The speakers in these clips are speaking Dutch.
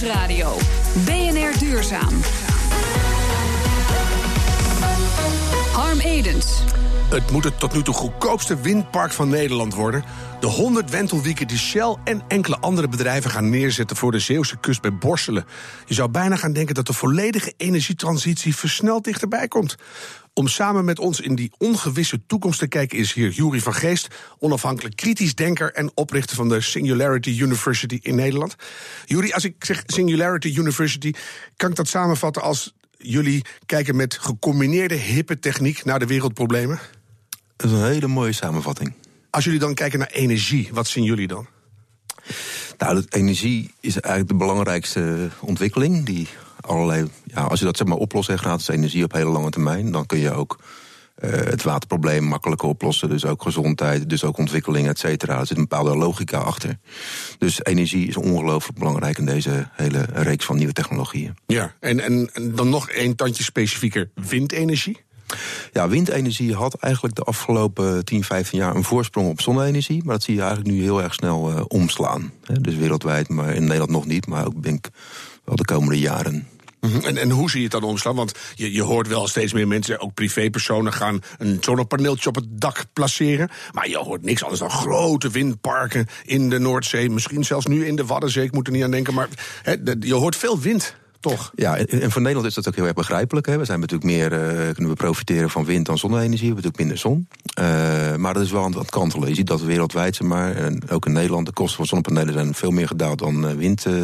Nieuwsradio. BNR Duurzaam. Harm Edens. Het moet het tot nu toe goedkoopste windpark van Nederland worden. De 100 wentelwieken die Shell en enkele andere bedrijven gaan neerzetten voor de Zeeuwse kust bij Borselen. Je zou bijna gaan denken dat de volledige energietransitie versneld dichterbij komt. Om samen met ons in die ongewisse toekomst te kijken is hier Jury van Geest, onafhankelijk kritisch denker en oprichter van de Singularity University in Nederland. Jury, als ik zeg Singularity University, kan ik dat samenvatten als jullie kijken met gecombineerde hippe techniek naar de wereldproblemen? Dat is een hele mooie samenvatting. Als jullie dan kijken naar energie, wat zien jullie dan? Nou, energie is eigenlijk de belangrijkste ontwikkeling. Die allerlei, als je dat zeg maar oplost, gratis energie op hele lange termijn, dan kun je ook het waterprobleem makkelijker oplossen. Dus ook gezondheid, dus ook ontwikkeling, et cetera. Er zit een bepaalde logica achter. Dus energie is ongelooflijk belangrijk in deze hele reeks van nieuwe technologieën. Ja, en dan nog één tandje specifieker, windenergie? Ja, windenergie had eigenlijk de afgelopen 10, 15 jaar een voorsprong op zonne-energie. Maar dat zie je eigenlijk nu heel erg snel omslaan. Dus wereldwijd, maar in Nederland nog niet. Maar ook, denk ik, wel de komende jaren. En hoe zie je het dan omslaan? Want je hoort wel steeds meer mensen, ook privépersonen, gaan een zonnepaneeltje op het dak placeren. Maar je hoort niks anders dan grote windparken in de Noordzee. Misschien zelfs nu in de Waddenzee, ik moet er niet aan denken. Maar je hoort veel wind. Toch? Ja, en voor Nederland is dat ook heel erg begrijpelijk. We zijn natuurlijk meer, kunnen we profiteren van wind dan zonne-energie. We hebben natuurlijk minder zon. Maar dat is wel aan het kantelen. Je ziet dat wereldwijd, zeg maar, en ook in Nederland, de kosten van zonnepanelen zijn veel meer gedaald dan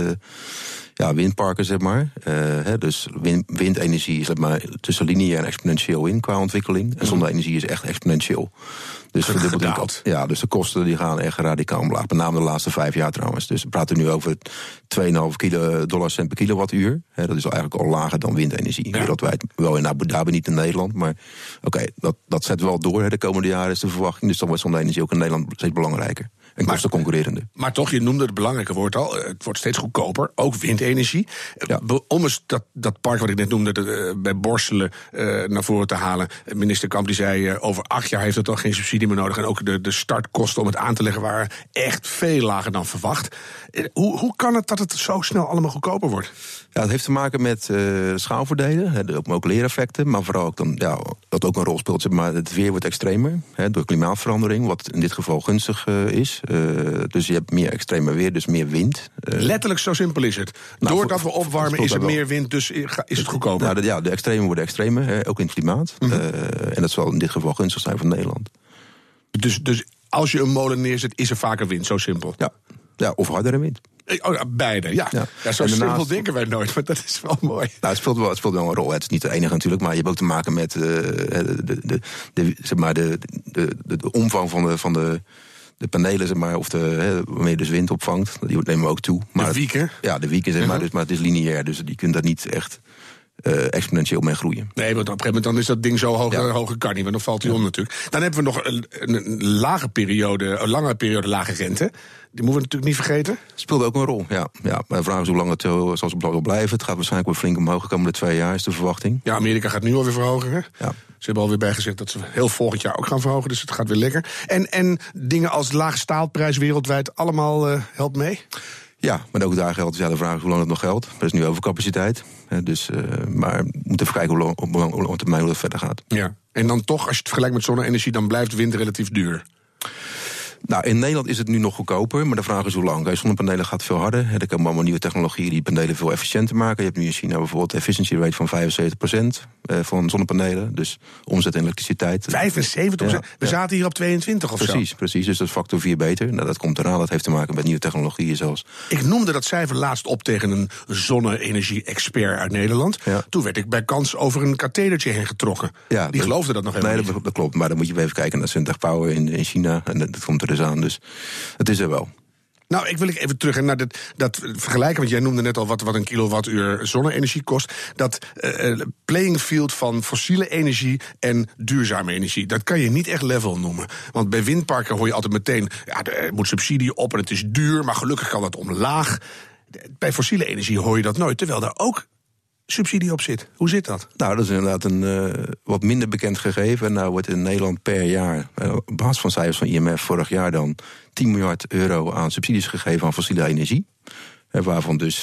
windparken, zeg maar. Dus windenergie is, zeg maar, tussen lineair en exponentieel in qua ontwikkeling. En zonne-energie is echt exponentieel. Dus dus de kosten die gaan echt radicaal omlaag. Met name de laatste 5 jaar trouwens. Dus we praten nu over $2,5 per kilowattuur. Dat is eigenlijk al lager dan windenergie wereldwijd. Wel in Abu Dhabi, niet in Nederland. Maar dat zet wel door. De komende jaren is de verwachting. Dus dan wordt zonne-energie ook in Nederland steeds belangrijker. En kostenconcurrerende. Maar toch, je noemde het belangrijke woord al. Het wordt steeds goedkoper, ook windenergie. Ja. Om eens dat park wat ik net noemde, bij Borselen, naar voren te halen. Minister Kamp die zei, over 8 jaar heeft het al geen subsidie meer nodig. En ook de startkosten om het aan te leggen waren echt veel lager dan verwacht. Hoe kan het dat het zo snel allemaal goedkoper wordt? Ja, het heeft te maken met schaalvoordelen, ook leereffecten. Maar vooral ook dat ook een rol speelt. Maar het weer wordt extremer door klimaatverandering, wat in dit geval gunstig is. Dus je hebt meer extreme weer, dus meer wind. Letterlijk zo simpel is het. Doordat we opwarmen is er meer wind, dus is het goedkoper. Nou, de extremen worden extremer, ook in het klimaat. En dat zal in dit geval gunstig zijn voor Nederland. Dus als je een molen neerzet, is er vaker wind, zo simpel? Ja, of hardere wind. Beide, ja. Zo simpel denken wij nooit, maar dat is wel mooi. Nou, het speelt wel een rol. Het is niet de enige natuurlijk, maar je hebt ook te maken met de omvang van de panelen, zeg maar, of waarmee je dus wind opvangt. Die nemen ook toe. Maar de wieken? Ja, de wieken, zeg maar, maar het is lineair, dus je kunt daar niet echt exponentieel mee groeien. Nee, want op een gegeven moment dan is dat ding zo hoger kan niet, want dan valt hij om natuurlijk. Dan hebben we nog een lange periode lage rente. Die moeten we natuurlijk niet vergeten. Speelde ook een rol, ja. Maar de vraag is hoe lang het zal blijven. Het gaat waarschijnlijk wel flink omhoog de komende 2 jaar, is de verwachting. Ja, Amerika gaat nu alweer verhogen, hè? Ja. Ze hebben alweer bijgezegd dat ze heel volgend jaar ook gaan verhogen, dus het gaat weer lekker. En dingen als laag staalprijs wereldwijd, allemaal helpt mee? Ja, maar ook daar geldt de vraag is hoe lang het nog geldt. Er is nu overcapaciteit. Maar we moeten even kijken hoe lang termijn hoe dat verder gaat. Ja. En dan toch, als je het vergelijkt met zonne-energie, dan blijft wind relatief duur. Nou, in Nederland is het nu nog goedkoper, maar de vraag is hoe lang. Zonnepanelen gaat veel harder. Er komen allemaal nieuwe technologieën die panelen veel efficiënter maken. Je hebt nu in China bijvoorbeeld een efficiency rate van 75% van zonnepanelen. Dus omzet in elektriciteit. 75%? We zaten hier op 22 of zo. Precies. Dus dat is factor 4 beter. Nou, dat komt eraan. Dat heeft te maken met nieuwe technologieën zelfs. Ik noemde dat cijfer laatst op tegen een zonne-energie-expert uit Nederland. Ja. Toen werd ik bij kans over een kathedertje heen getrokken. Ja, die geloofde dat nog helemaal niet. Nee, dat klopt. Maar dan moet je even kijken naar Syntec Power in China. En dat komt er dus aan. Dus het is er wel. Nou, ik wil even terug naar dat vergelijken, want jij noemde net al wat een kilowattuur zonne-energie kost. Dat playing field van fossiele energie en duurzame energie, dat kan je niet echt level noemen. Want bij windparken hoor je altijd meteen, er moet subsidie op en het is duur, maar gelukkig kan dat omlaag. Bij fossiele energie hoor je dat nooit, terwijl daar ook subsidie op zit. Hoe zit dat? Nou, dat is inderdaad een wat minder bekend gegeven. Nou wordt in Nederland per jaar, op basis van cijfers van IMF vorig jaar dan, €10 miljard aan subsidies gegeven aan fossiele energie. Waarvan dus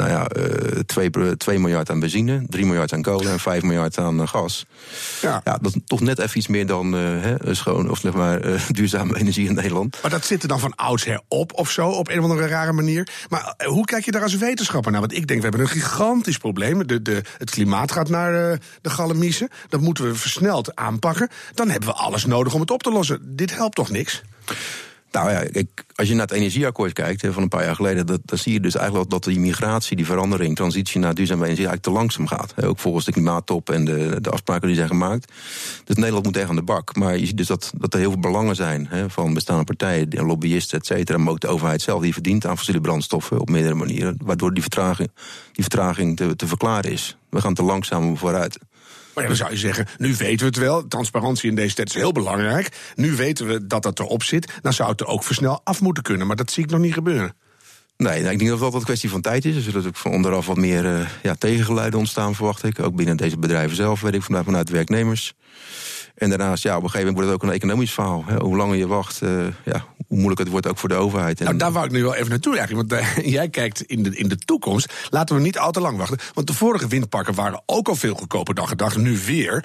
2 miljard aan benzine, 3 miljard aan kolen en 5 miljard aan gas. Ja, dat is toch net even iets meer dan schoon of duurzame energie in Nederland. Maar dat zit er dan van oudsher op of zo, op een of andere rare manier. Maar hoe kijk je daar als wetenschapper naar? Want ik denk, we hebben een gigantisch probleem. Het klimaat gaat naar de galamiezen. Dat moeten we versneld aanpakken. Dan hebben we alles nodig om het op te lossen. Dit helpt toch niks? Nou ja, kijk, als je naar het energieakkoord kijkt van een paar jaar geleden, dan zie je dus eigenlijk dat die migratie, die verandering, transitie naar duurzame energie eigenlijk te langzaam gaat. Ook volgens de klimaattop en de afspraken die zijn gemaakt. Dus Nederland moet echt aan de bak. Maar je ziet dus dat er heel veel belangen zijn van bestaande partijen, lobbyisten, et cetera. Maar ook de overheid zelf, die verdient aan fossiele brandstoffen op meerdere manieren, waardoor die vertraging te verklaren is. We gaan te langzaam vooruit. Maar ja, dan zou je zeggen, nu weten we het wel. Transparantie in deze tijd is heel belangrijk. Nu weten we dat dat erop zit. Dan zou het er ook versnel af moeten kunnen. Maar dat zie ik nog niet gebeuren. Nee, ik denk dat het een kwestie van tijd is. Er zullen ook van onderaf wat meer tegengeluiden ontstaan, verwacht ik. Ook binnen deze bedrijven zelf, weet ik vanuit werknemers. En daarnaast, op een gegeven moment wordt het ook een economisch verhaal. Hoe langer je wacht, hoe moeilijker het wordt ook voor de overheid. Nou, daar wou ik nu wel even naartoe eigenlijk. Want jij kijkt in de toekomst. Laten we niet al te lang wachten. Want de vorige windparken waren ook al veel goedkoper dan gedacht. Nu weer.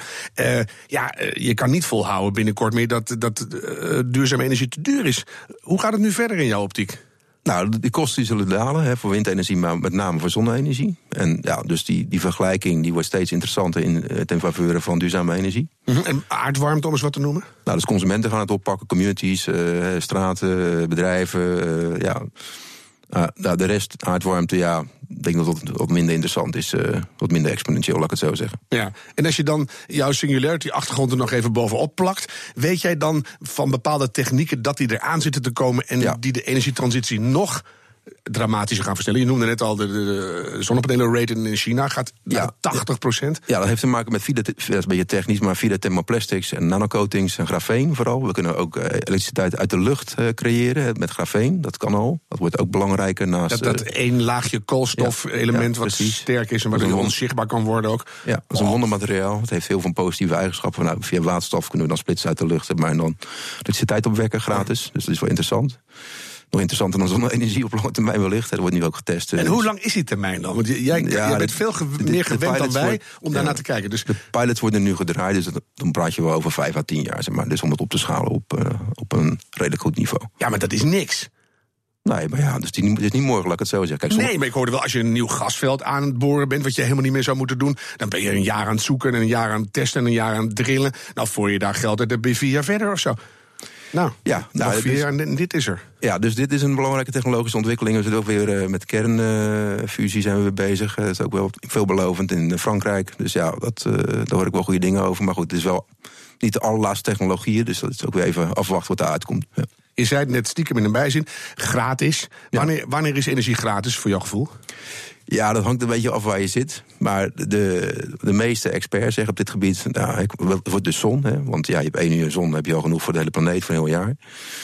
Je kan niet volhouden binnenkort meer dat duurzame energie te duur is. Hoe gaat het nu verder in jouw optiek? Nou, die kosten zullen dalen voor windenergie, maar met name voor zonne-energie. En dus die vergelijking die wordt steeds interessanter ten faveur van duurzame energie. En aardwarmte, om eens wat te noemen? Nou, dus consumenten gaan het oppakken, communities, straten, bedrijven, de rest, aardwarmte, ik denk dat het wat minder interessant is, wat minder exponentieel, laat ik het zo zeggen. Ja, en als je dan jouw Singularity-achtergrond er nog even bovenop plakt, weet jij dan van bepaalde technieken dat die eraan zitten te komen en die de energietransitie nog dramatischer gaan versnellen? Je noemde net al de zonnepanelen-rate in China gaat naar 80%. Ja, dat heeft te maken met dat is een beetje technisch, maar via thermoplastics en nanocoatings en grafeen vooral. We kunnen ook elektriciteit uit de lucht creëren met grafeen. Dat kan al. Dat wordt ook belangrijker naast dat één laagje koolstof-element wat sterk is en waardoor onzichtbaar kan worden ook. Ja, dat is een wondermateriaal. Het heeft heel veel positieve eigenschappen. Via waterstof kunnen we dan splitsen uit de lucht, maar en dan elektriciteit opwekken gratis. Dus dat is wel interessant. Nog interessanter dan zonne-energie op lange termijn wellicht. Dat wordt nu ook getest. En hoe lang is die termijn dan? Want jij bent veel meer gewend dan wij om daarnaar te kijken. Dus de pilots worden nu gedraaid, dus dan praat je wel over 5 à 10 jaar. Zeg maar. Dus om het op te schalen op een redelijk goed niveau. Ja, maar dat is niks. Nee, maar dus het is niet morgen, laat ik het zo zeggen. Kijk, maar ik hoorde wel, als je een nieuw gasveld aan het boren bent, wat je helemaal niet meer zou moeten doen, dan ben je een jaar aan het zoeken en een jaar aan het testen en een jaar aan het drillen. Nou, voor je daar geld hebt, dan ben je 4 jaar verder of zo. Nou, 4 jaar en dit is er. Ja, dus dit is een belangrijke technologische ontwikkeling. We zitten ook weer met kernfusie zijn we weer bezig. Dat is ook wel veelbelovend in Frankrijk. Dus daar hoor ik wel goede dingen over. Maar goed, het is wel niet de allerlaatste technologieën. Dus dat is ook weer even afwachten wat daaruit komt. Ja. Je zei het net stiekem in een bijzin, gratis. Wanneer is energie gratis voor jouw gevoel? Ja, dat hangt een beetje af waar je zit. Maar de meeste experts zeggen op dit gebied, het wordt dus zon. Want je hebt 1 uur zon, dan heb je al genoeg voor de hele planeet voor een heel jaar.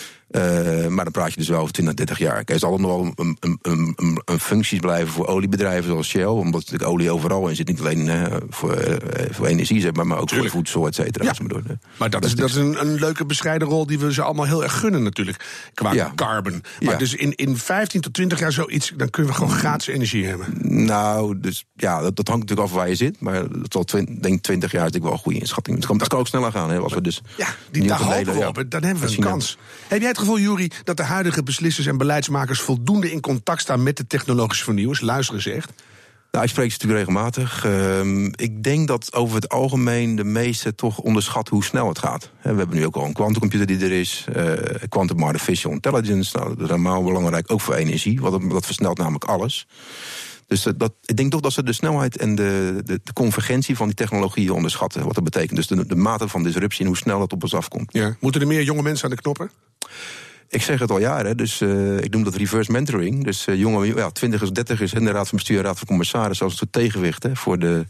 Maar dan praat je dus wel over 20, 30 jaar. Kijk, er zal nog wel een functies blijven voor oliebedrijven zoals Shell. Omdat natuurlijk olie overal in zit. Niet alleen voor energie, zeg maar ook voor voedsel, et cetera. Ja. Maar dat is een leuke bescheiden rol die we ze allemaal heel erg gunnen natuurlijk. Qua carbon. Maar dus in 15 tot 20 jaar zoiets, dan kunnen we gewoon gratis energie hebben. Nou, dus dat hangt natuurlijk af waar je zit. Maar tot 20 jaar is natuurlijk wel een goede inschatting. Dat kan ook sneller gaan. Als we dus daar hopen we op. Dan hebben we een kans. Heb jij het gevoel, Juri, dat de huidige beslissers en beleidsmakers voldoende in contact staan met de technologische vernieuwers? Luisteren ze echt? Nou, ik spreek ze natuurlijk regelmatig. Ik denk dat over het algemeen de meesten toch onderschatten hoe snel het gaat. We hebben nu ook al een quantumcomputer die er is. Quantum Artificial Intelligence, dat is helemaal belangrijk, ook voor energie. Want dat versnelt namelijk alles. Dus ik denk toch dat ze de snelheid en de convergentie van die technologieën onderschatten. Wat dat betekent. Dus de mate van disruptie en hoe snel dat op ons afkomt. Ja. Moeten er meer jonge mensen aan de knoppen? Ik zeg het al jaren, dus ik noem dat reverse mentoring. Dus jonge 20ers, 30ers in de raad van bestuur en raad van commissaris als een soort tegenwicht voor de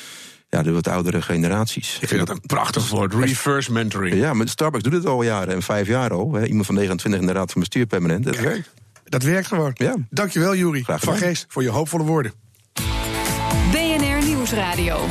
wat oudere generaties. Ik vind dat een prachtig woord, reverse mentoring. Ja, maar Starbucks doet het al jaren en 5 jaar al. Iemand van 29 in de raad van bestuur permanent. Dat werkt. Dat werkt gewoon. Ja. Dankjewel, Juri van Geest, voor je hoopvolle woorden. BNR Nieuwsradio.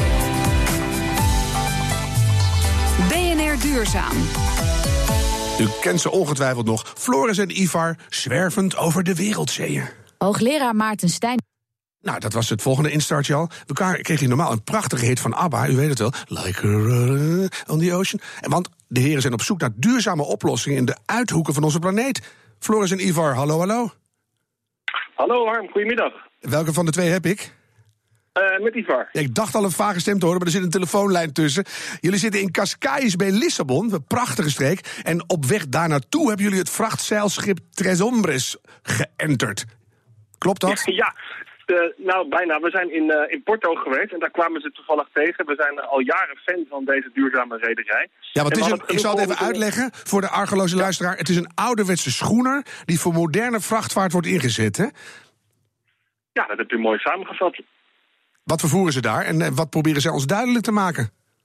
BNR Duurzaam. U kent ze ongetwijfeld nog. Floris en Ivar zwervend over de wereldzeeën. Hoogleraar Maarten Stijn. Nou, dat was het volgende instartje al. We kregen normaal een prachtige hit van ABBA, u weet het wel. Like on the ocean. Want de heren zijn op zoek naar duurzame oplossingen in de uithoeken van onze planeet. Floris en Ivar, hallo, hallo. Hallo Harm, goedemiddag. Welke van de twee heb ik? Met Ivar. Ik dacht al een vage stem te horen, maar er zit een telefoonlijn tussen. Jullie zitten in Cascais bij Lissabon, een prachtige streek. En op weg daar naartoe hebben jullie het vrachtzeilschip Tres Hombres geënterd. Klopt dat? Ja. Nou, bijna. We zijn in Porto geweest en daar kwamen ze toevallig tegen. We zijn al jaren fan van deze duurzame rederij. Ja, want ik zal het even uitleggen voor de argeloze luisteraar. Het is een ouderwetse schoener die voor moderne vrachtvaart wordt ingezet, hè? Ja, dat heb je mooi samengevat. Wat vervoeren ze daar en wat proberen zij ons duidelijk te maken?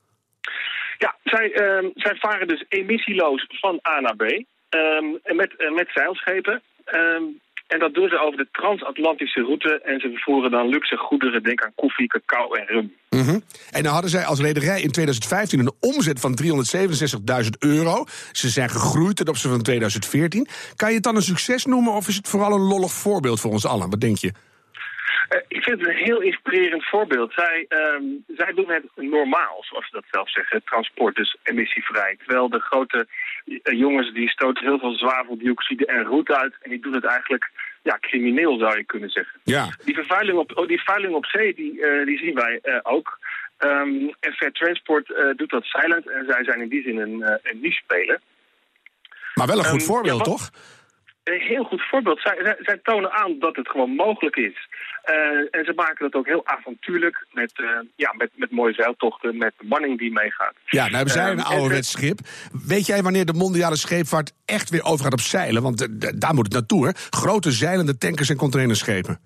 Ja, zij varen dus emissieloos van A naar B met zeilschepen. En dat doen ze over de transatlantische route en ze vervoeren dan luxe goederen, denk aan koffie, cacao en rum. Mm-hmm. En dan hadden zij als rederij in 2015 een omzet van €367.000. Ze zijn gegroeid ten opzichte van 2014. Kan je het dan een succes noemen of is het vooral een lollig voorbeeld voor ons allen? Wat denk je? Ik vind het een heel inspirerend voorbeeld. Zij doen het normaal, zoals ze dat zelf zeggen, transport, dus emissievrij. Terwijl de grote jongens die stoten heel veel zwaveldioxide en roet uit en die doen het eigenlijk crimineel, zou je kunnen zeggen. Ja. Die vuiling op zee, die zien wij ook. En Fair Transport doet dat zeilend en zij zijn in die zin een niche-speler. Maar wel een goed voorbeeld, toch? Een heel goed voorbeeld. Zij tonen aan dat het gewoon mogelijk is. En ze maken dat ook heel avontuurlijk met mooie zeiltochten, met bemanning die meegaat. Ja, nou hebben zij een ouderwets schip. Weet jij wanneer de mondiale scheepvaart echt weer overgaat op zeilen? Want daar moet het naartoe, hè? Grote zeilende tankers en containerschepen.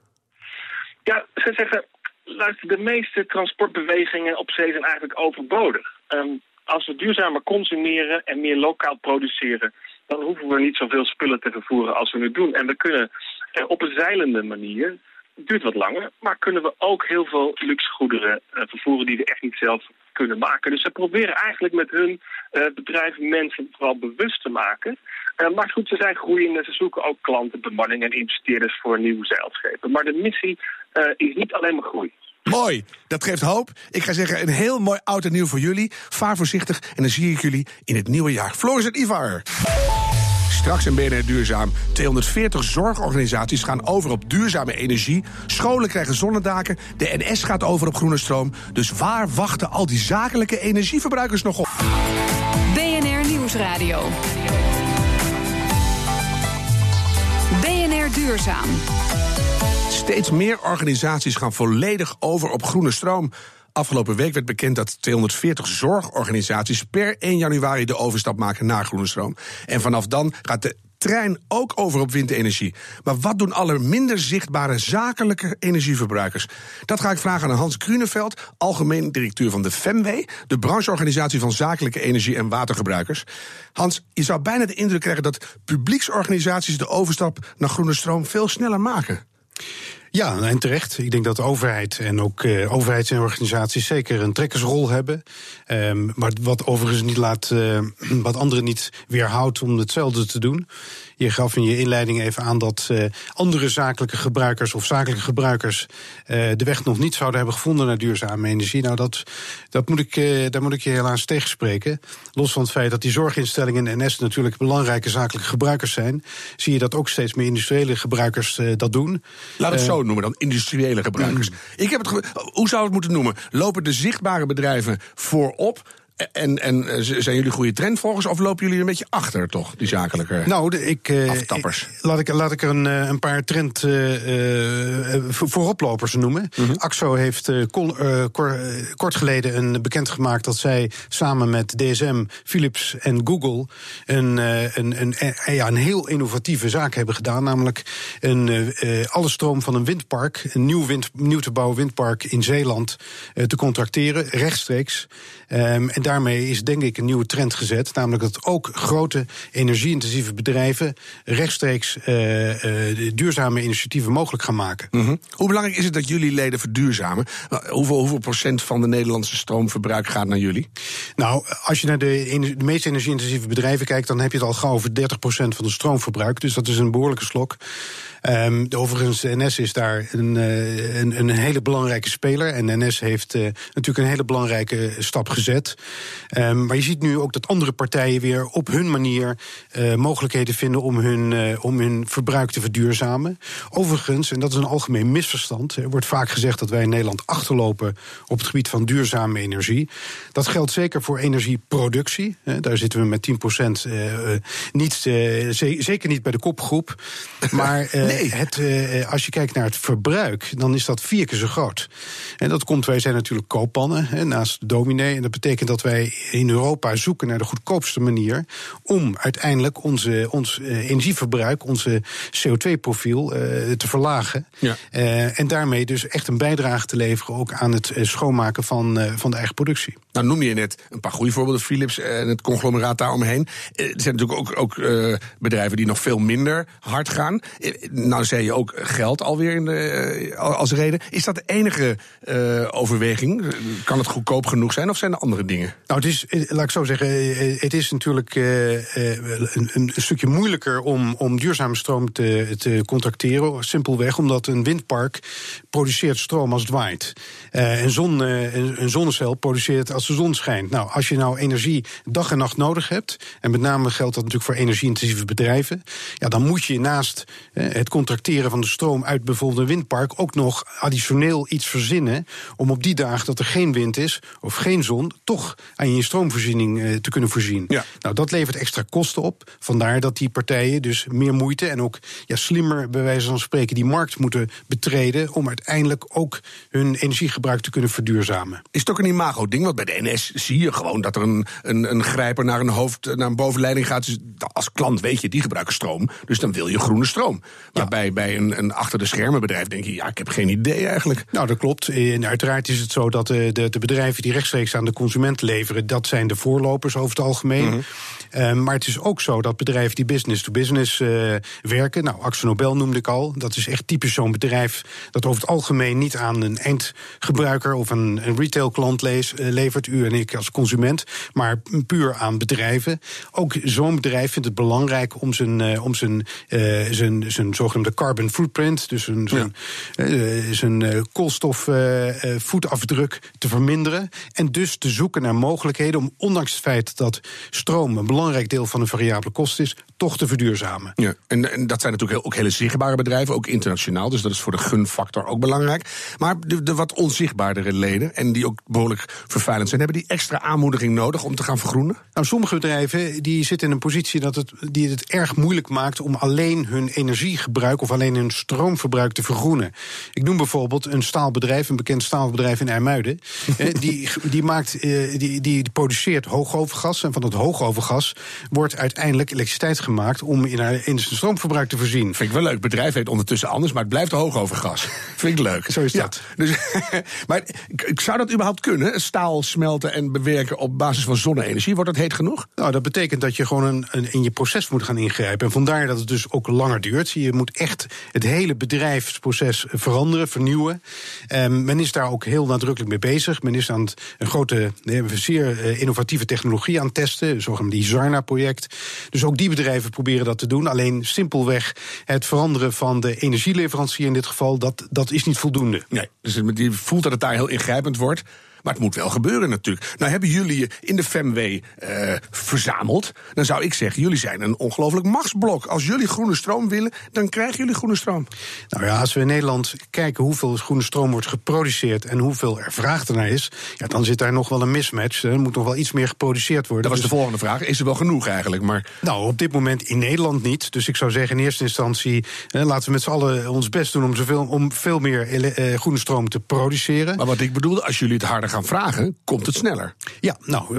Ja, ze zeggen, luister, de meeste transportbewegingen op zee zijn eigenlijk overbodig. Als we duurzamer consumeren en meer lokaal produceren, dan hoeven we niet zoveel spullen te vervoeren als we nu doen. En we kunnen op een zeilende manier, het duurt wat langer, maar kunnen we ook heel veel luxe goederen vervoeren die we echt niet zelf kunnen maken. Dus ze proberen eigenlijk met hun bedrijf mensen vooral bewust te maken. Maar goed, ze zijn groeiende, ze zoeken ook klanten, bemanning en investeerders voor nieuwe zeilschepen. Maar de missie is niet alleen maar groei. Mooi, dat geeft hoop. Ik ga zeggen, een heel mooi oud en nieuw voor jullie. Vaar voorzichtig en dan zie ik jullie in het nieuwe jaar. Floris en Ivar. Straks in BNR Duurzaam. 240 zorgorganisaties gaan over op duurzame energie. Scholen krijgen zonnedaken. De NS gaat over op groene stroom. Dus waar wachten al die zakelijke energieverbruikers nog op? BNR Nieuwsradio. BNR Duurzaam. Steeds meer organisaties gaan volledig over op groene stroom. Afgelopen week werd bekend dat 240 zorgorganisaties per 1 januari de overstap maken naar groene stroom. En vanaf dan gaat de trein ook over op windenergie. Maar wat doen alle minder zichtbare zakelijke energieverbruikers? Dat ga ik vragen aan Hans Gruneveld, algemeen directeur van de FEMW, de brancheorganisatie van zakelijke energie- en watergebruikers. Hans, je zou bijna de indruk krijgen dat publieksorganisaties de overstap naar groene stroom veel sneller maken. Ja, en terecht. Ik denk dat de overheid en ook overheidsorganisaties zeker een trekkersrol hebben. Maar wat overigens niet wat anderen niet weerhoudt om hetzelfde te doen. Je gaf in je inleiding even aan dat andere zakelijke gebruikers of zakelijke gebruikers de weg nog niet zouden hebben gevonden naar duurzame energie. Nou, daar moet ik je helaas tegenspreken. Los van het feit dat die zorginstellingen en NS natuurlijk belangrijke zakelijke gebruikers zijn, zie je dat ook steeds meer industriële gebruikers dat doen. Laat het zo noemen dan, industriële gebruikers. Hoe zou het moeten noemen? Lopen de zichtbare bedrijven voorop? En zijn jullie goede trendvolgers of lopen jullie een beetje achter, toch, die zakelijke aftappers? Laat ik er een paar vooroplopers noemen. Mm-hmm. AXO heeft kort geleden bekendgemaakt dat zij samen met DSM, Philips en Google een heel innovatieve zaak hebben gedaan. Namelijk alle stroom van een windpark, een nieuw te bouwen windpark in Zeeland, te contracteren, rechtstreeks. En daarmee is denk ik een nieuwe trend gezet. Namelijk dat ook grote energie-intensieve bedrijven rechtstreeks duurzame initiatieven mogelijk gaan maken. Mm-hmm. Hoe belangrijk is het dat jullie leden verduurzamen? Hoeveel procent van de Nederlandse stroomverbruik gaat naar jullie? Nou, als je naar de meest energie-intensieve bedrijven kijkt, dan heb je het al gauw over 30% van het stroomverbruik. Dus dat is een behoorlijke slok. Overigens, de NS is daar een hele belangrijke speler. En de NS heeft natuurlijk een hele belangrijke stap gezet. Maar je ziet nu ook dat andere partijen weer op hun manier mogelijkheden vinden om hun verbruik te verduurzamen. Overigens, en dat is een algemeen misverstand, er wordt vaak gezegd dat wij in Nederland achterlopen op het gebied van duurzame energie. Dat geldt zeker voor energieproductie. Daar zitten we met 10% zeker niet bij de kopgroep. Maar als je kijkt naar het verbruik, dan is dat 4 keer zo groot. En dat komt, wij zijn natuurlijk kooppannen naast de dominee. En dat betekent dat wij in Europa zoeken naar de goedkoopste manier om uiteindelijk ons energieverbruik, onze CO2-profiel te verlagen. Ja. En daarmee dus echt een bijdrage te leveren ook aan het schoonmaken van de eigen productie. Nou noem je net een paar goede voorbeelden, Philips en het conglomeraat daaromheen. Er zijn natuurlijk ook bedrijven die nog veel minder hard gaan. Nou zei je ook geld alweer als reden. Is dat de enige overweging? Kan het goedkoop genoeg zijn of zijn er andere dingen? Nou, het is, laat ik zo zeggen, het is natuurlijk een stukje moeilijker om duurzame stroom te contracteren. Simpelweg omdat een windpark produceert stroom als het waait. Een zonnecel produceert als de zon schijnt. Nou, als je nou energie dag en nacht nodig hebt, en met name geldt dat natuurlijk voor energie-intensieve bedrijven, ja, dan moet je naast het contracteren van de stroom uit bijvoorbeeld een windpark ook nog additioneel iets verzinnen om op die dagen dat er geen wind is of geen zon toch aan je stroomvoorziening te kunnen voorzien. Ja. Nou, dat levert extra kosten op. Vandaar dat die partijen dus meer moeite en ook slimmer bij wijze van spreken die markt moeten betreden om uiteindelijk ook hun energiegebruik te kunnen verduurzamen. Is het ook een imago-ding? Want bij de NS zie je gewoon dat er een grijper naar een bovenleiding gaat. Dus als klant weet je, die gebruiken stroom. Dus dan wil je groene stroom. Maar bij een achter de schermen bedrijf denk je, ja, ik heb geen idee eigenlijk. Nou, dat klopt. En uiteraard is het zo dat de bedrijven die rechtstreeks aan de consument leveren, dat zijn de voorlopers over het algemeen. Mm-hmm. Maar het is ook zo dat bedrijven die business-to-business werken, nou, AkzoNobel noemde ik al, dat is echt typisch zo'n bedrijf dat over het algemeen niet aan een eindgebruiker of een retailklant levert, u en ik als consument, maar puur aan bedrijven. Ook zo'n bedrijf vindt het belangrijk om zijn zogenaamde carbon footprint, dus zijn koolstofvoetafdruk te verminderen. En dus te zoeken naar mogelijkheden om, ondanks het feit dat stroom een belangrijk deel van een variabele kost is, toch te verduurzamen. Ja, en dat zijn natuurlijk ook hele zichtbare bedrijven, ook internationaal, dus dat is voor de gunfactor ook belangrijk. Maar de wat onzichtbaardere leden, en die ook behoorlijk vervuilend zijn, hebben die extra aanmoediging nodig om te gaan vergroenen? Nou, sommige bedrijven die zitten in een positie die het erg moeilijk maakt om alleen hun energiegebruik of alleen hun stroomverbruik te vergroenen. Ik noem bijvoorbeeld een staalbedrijf, een bekend staalbedrijf in IJmuiden. Die produceert hoogovergas. En van dat hoogovergas wordt uiteindelijk elektriciteit gemaakt om in zijn stroomverbruik te voorzien. Vind ik wel leuk. Het bedrijf heet ondertussen anders, maar het blijft hoogovergas. Vind ik leuk. Zo is dat. Ja, dus, maar zou dat überhaupt kunnen? Staal smelten en bewerken op basis van zonne-energie? Wordt dat heet genoeg? Nou, dat betekent dat je gewoon in je proces moet gaan ingrijpen. En vandaar dat het dus ook langer duurt. Je moet echt het hele bedrijfsproces veranderen, vernieuwen. Men is daar ook heel nadrukkelijk mee bezig. Men is aan een grote, zeer innovatieve technologie aan het testen, het zogenaamde Zarna-project. Dus ook die bedrijven proberen dat te doen. Alleen simpelweg het veranderen van de energieleverancier in dit geval, dat is niet voldoende. Nee, dus je voelt dat het daar heel ingrijpend wordt. Maar het moet wel gebeuren natuurlijk. Nou hebben jullie je in de FEMW verzameld. Dan zou ik zeggen, jullie zijn een ongelooflijk machtsblok. Als jullie groene stroom willen, dan krijgen jullie groene stroom. Nou ja, als we in Nederland kijken hoeveel groene stroom wordt geproduceerd en hoeveel er vraag ernaar is, ja, dan zit daar nog wel een mismatch. Er moet nog wel iets meer geproduceerd worden. Dat was de volgende vraag. Is er wel genoeg eigenlijk? Maar nou, op dit moment in Nederland niet. Dus ik zou zeggen in eerste instantie, laten we met z'n allen ons best doen om veel meer groene stroom te produceren. Maar wat ik bedoelde, als jullie het harder gaan gaan vragen, komt het sneller. Ja, nou,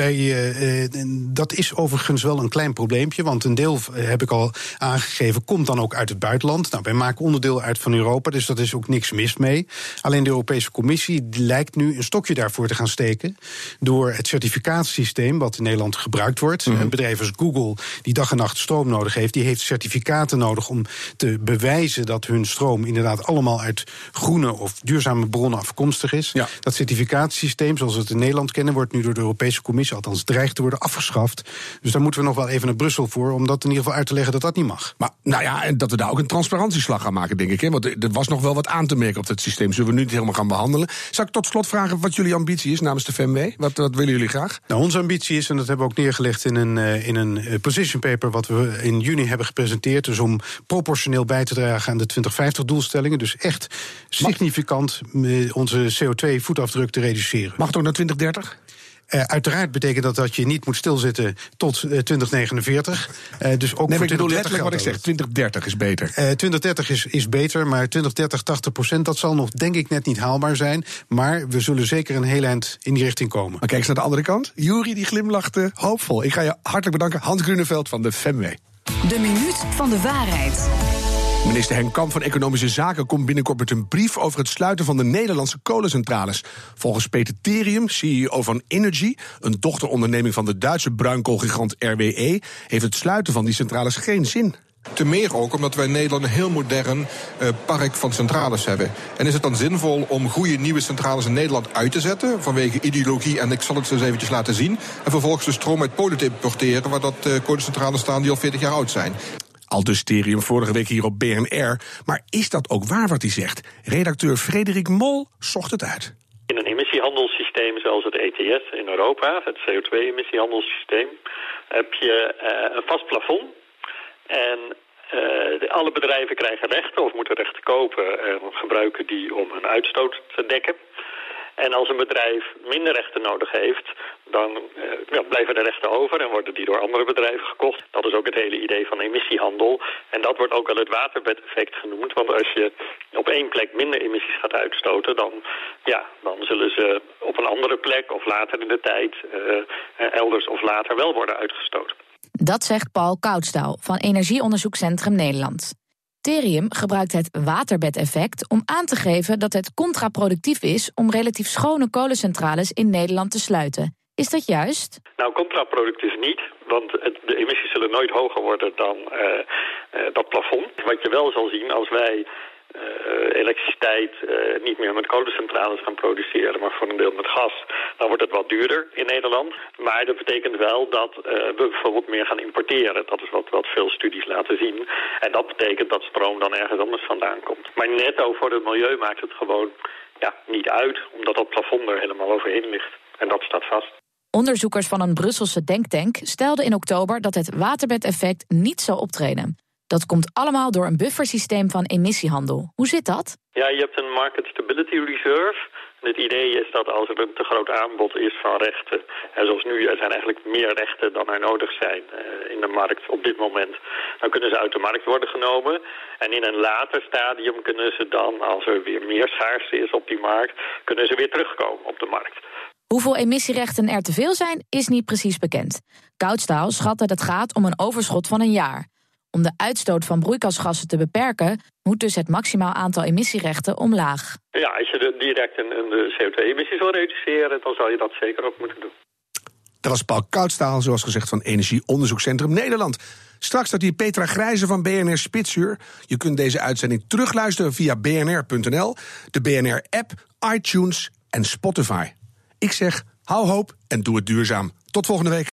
dat is overigens wel een klein probleempje, want een deel, heb ik al aangegeven, komt dan ook uit het buitenland. Nou, wij maken onderdeel uit van Europa, dus dat is ook niks mis mee. Alleen de Europese Commissie lijkt nu een stokje daarvoor te gaan steken door het certificatiesysteem wat in Nederland gebruikt wordt. Een bedrijf als Google, die dag en nacht stroom nodig heeft, die heeft certificaten nodig om te bewijzen dat hun stroom inderdaad allemaal uit groene of duurzame bronnen afkomstig is. Ja. Dat certificatiesysteem, zoals we het in Nederland kennen, wordt nu door de Europese Commissie, althans dreigt te worden, afgeschaft. Dus daar moeten we nog wel even naar Brussel voor, om dat in ieder geval uit te leggen dat dat niet mag. Maar nou ja, en dat we daar ook een transparantieslag gaan maken, denk ik. Hè? Want er was nog wel wat aan te merken op dat systeem. Zullen we nu niet helemaal gaan behandelen? Zal ik tot slot vragen wat jullie ambitie is namens de FMW? Wat willen jullie graag? Nou, onze ambitie is, en dat hebben we ook neergelegd in een position paper wat we in juni hebben gepresenteerd, dus om proportioneel bij te dragen aan de 2050-doelstellingen. Dus echt significant onze CO2-voetafdruk te reduceren. Mag het ook naar 2030? Uiteraard betekent dat je niet moet stilzitten tot 2049. Dus ook nee, voor ik bedoel letterlijk wat ik zeg, 2030 is beter. 2030 is beter, maar 2030, 80%, dat zal nog denk ik net niet haalbaar zijn. Maar we zullen zeker een heel eind in die richting komen. Maar kijk eens naar de andere kant. Juri die glimlacht hoopvol. Ik ga je hartelijk bedanken, Hans Gruneveld van de FMW. De minuut van de waarheid. Minister Henk Kamp van Economische Zaken komt binnenkort met een brief over het sluiten van de Nederlandse kolencentrales. Volgens Peter Terium, CEO van Innogy, een dochteronderneming van de Duitse bruinkoolgigant RWE, heeft het sluiten van die centrales geen zin. Te meer ook omdat wij in Nederland een heel modern park van centrales hebben. En is het dan zinvol om goede nieuwe centrales in Nederland uit te zetten vanwege ideologie, en ik zal het zo eens eventjes laten zien, en vervolgens de stroom uit Polen te importeren waar dat kolencentrales staan die al 40 jaar oud zijn. Aldus Terium vorige week hier op BNR. Maar is dat ook waar wat hij zegt? Redacteur Frederik Mol zocht het uit. In een emissiehandelssysteem zoals het ETS in Europa, het CO2-emissiehandelssysteem, heb je een vast plafond. En alle bedrijven krijgen rechten of moeten rechten kopen en gebruiken die om hun uitstoot te dekken. En als een bedrijf minder rechten nodig heeft, dan blijven de rechten over en worden die door andere bedrijven gekocht. Dat is ook het hele idee van emissiehandel. En dat wordt ook wel het waterbedeffect genoemd. Want als je op één plek minder emissies gaat uitstoten, dan zullen ze op een andere plek of later in de tijd elders of later wel worden uitgestoten. Dat zegt Paul Koudstaal van Energieonderzoekscentrum Nederland. Terium gebruikt het waterbedeffect om aan te geven dat het contraproductief is om relatief schone kolencentrales in Nederland te sluiten. Is dat juist? Nou, contraproductief niet, want de emissies zullen nooit hoger worden dan dat plafond. Wat je wel zal zien als wij elektriciteit niet meer met kolencentrales gaan produceren, maar voor een deel met gas, dan wordt het wat duurder in Nederland. Maar dat betekent wel dat we bijvoorbeeld meer gaan importeren. Dat is wat veel studies laten zien. En dat betekent dat stroom dan ergens anders vandaan komt. Maar netto voor het milieu maakt het gewoon niet uit, omdat dat plafond er helemaal overheen ligt. En dat staat vast. Onderzoekers van een Brusselse denktank stelden in oktober dat het waterbedeffect niet zou optreden. Dat komt allemaal door een buffersysteem van emissiehandel. Hoe zit dat? Ja, je hebt een Market Stability Reserve. Het idee is dat als er een te groot aanbod is van rechten, en zoals nu, er zijn eigenlijk meer rechten dan er nodig zijn in de markt op dit moment, dan kunnen ze uit de markt worden genomen. En in een later stadium kunnen ze dan, als er weer meer schaarste is op die markt, kunnen ze weer terugkomen op de markt. Hoeveel emissierechten er te veel zijn, is niet precies bekend. Koudstaal schat dat het gaat om een overschot van een jaar. Om de uitstoot van broeikasgassen te beperken, moet dus het maximaal aantal emissierechten omlaag. Ja, als je direct de CO2-emissies wil reduceren, dan zal je dat zeker ook moeten doen. Dat was Paul Koudstaal, zoals gezegd, van Energieonderzoekscentrum Nederland. Straks staat hier Petra Grijze van BNR Spitsuur. Je kunt deze uitzending terugluisteren via bnr.nl, de BNR-app, iTunes en Spotify. Ik zeg, hou hoop en doe het duurzaam. Tot volgende week.